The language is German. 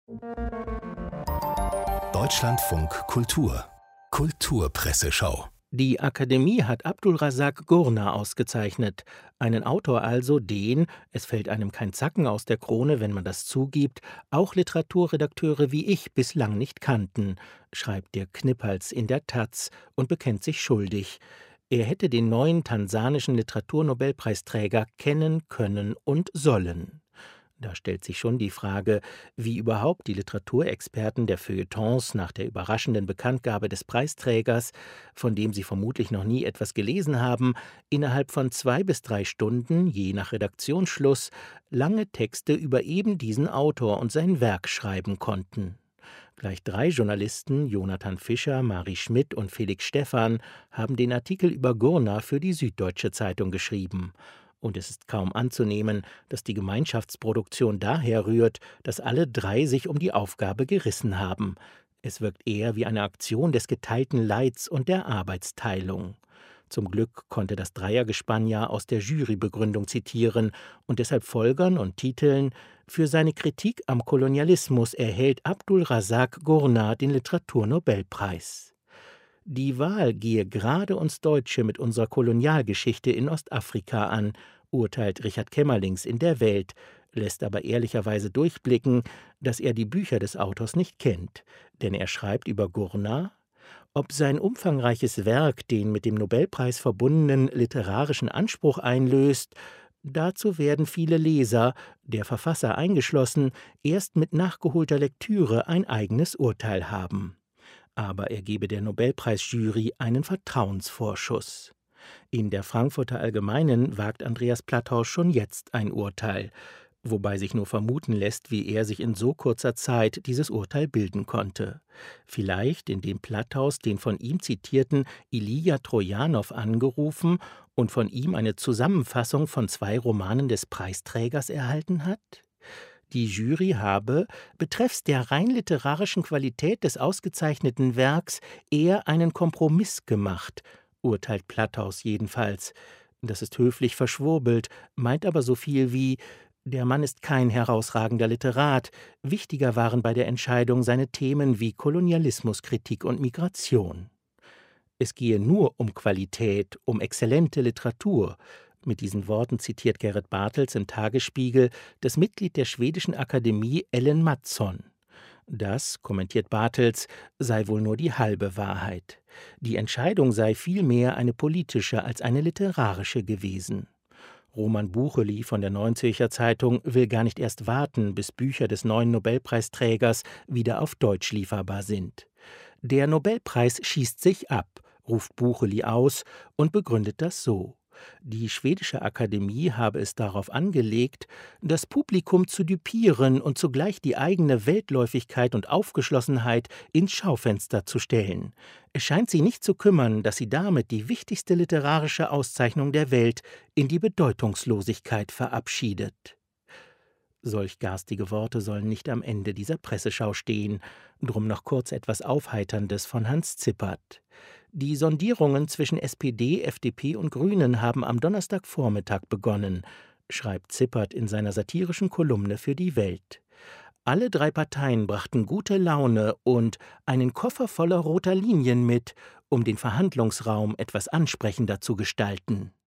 Deutschlandfunk Kultur Kulturpresseschau. Die Akademie hat Abdulrazak Gurna ausgezeichnet. Einen Autor also, den, es fällt einem kein Zacken aus der Krone, wenn man das zugibt, auch Literaturredakteure wie ich bislang nicht kannten, schreibt Dirk Knippals in der taz und bekennt sich schuldig. Er hätte den neuen tansanischen Literaturnobelpreisträger kennen können und sollen. Da stellt sich schon die Frage, wie überhaupt die Literaturexperten der Feuilletons nach der überraschenden Bekanntgabe des Preisträgers, von dem sie vermutlich noch nie etwas gelesen haben, innerhalb von 2 bis 3 Stunden, je nach Redaktionsschluss, lange Texte über eben diesen Autor und sein Werk schreiben konnten. Gleich 3 Journalisten, Jonathan Fischer, Mari Schmidt und Felix Stephan, haben den Artikel über Gurna für die Süddeutsche Zeitung geschrieben. Und es ist kaum anzunehmen, dass die Gemeinschaftsproduktion daher rührt, dass alle 3 sich um die Aufgabe gerissen haben. Es wirkt eher wie eine Aktion des geteilten Leids und der Arbeitsteilung. Zum Glück konnte das Dreiergespann ja aus der Jurybegründung zitieren und deshalb folgern und titeln: Für seine Kritik am Kolonialismus erhält Abdulrazak Gurna den Literaturnobelpreis. Die Wahl gehe gerade uns Deutsche mit unserer Kolonialgeschichte in Ostafrika an, urteilt Richard Kämmerlings in der Welt, lässt aber ehrlicherweise durchblicken, dass er die Bücher des Autors nicht kennt. Denn er schreibt über Gurna: Ob sein umfangreiches Werk den mit dem Nobelpreis verbundenen literarischen Anspruch einlöst, dazu werden viele Leser, der Verfasser eingeschlossen, erst mit nachgeholter Lektüre ein eigenes Urteil haben. Aber er gebe der Nobelpreisjury einen Vertrauensvorschuss. In der Frankfurter Allgemeinen wagt Andreas Platthaus schon jetzt ein Urteil, wobei sich nur vermuten lässt, wie er sich in so kurzer Zeit dieses Urteil bilden konnte. Vielleicht, indem Platthaus den von ihm zitierten Ilija Trojanow angerufen und von ihm eine Zusammenfassung von 2 Romanen des Preisträgers erhalten hat? Die Jury habe, betreffs der rein literarischen Qualität des ausgezeichneten Werks, eher einen Kompromiss gemacht, urteilt Platthaus jedenfalls. Das ist höflich verschwurbelt, meint aber so viel wie: Der Mann ist kein herausragender Literat, wichtiger waren bei der Entscheidung seine Themen wie Kolonialismuskritik und Migration. Es gehe nur um Qualität, um exzellente Literatur. Mit diesen Worten zitiert Gerrit Bartels im Tagesspiegel das Mitglied der schwedischen Akademie Ellen Mattsson. Das, kommentiert Bartels, sei wohl nur die halbe Wahrheit. Die Entscheidung sei vielmehr eine politische als eine literarische gewesen. Roman Bucheli von der Neuen Zürcher Zeitung will gar nicht erst warten, bis Bücher des neuen Nobelpreisträgers wieder auf Deutsch lieferbar sind. Der Nobelpreis schießt sich ab, ruft Bucheli aus und begründet das so: Die schwedische Akademie habe es darauf angelegt, das Publikum zu düpieren und zugleich die eigene Weltläufigkeit und Aufgeschlossenheit ins Schaufenster zu stellen. Es scheint sie nicht zu kümmern, dass sie damit die wichtigste literarische Auszeichnung der Welt in die Bedeutungslosigkeit verabschiedet. Solch garstige Worte sollen nicht am Ende dieser Presseschau stehen. Drum noch kurz etwas Aufheiterndes von Hans Zippert. Die Sondierungen zwischen SPD, FDP und Grünen haben am Donnerstagvormittag begonnen, schreibt Zippert in seiner satirischen Kolumne für die Welt. Alle 3 Parteien brachten gute Laune und einen Koffer voller roter Linien mit, um den Verhandlungsraum etwas ansprechender zu gestalten.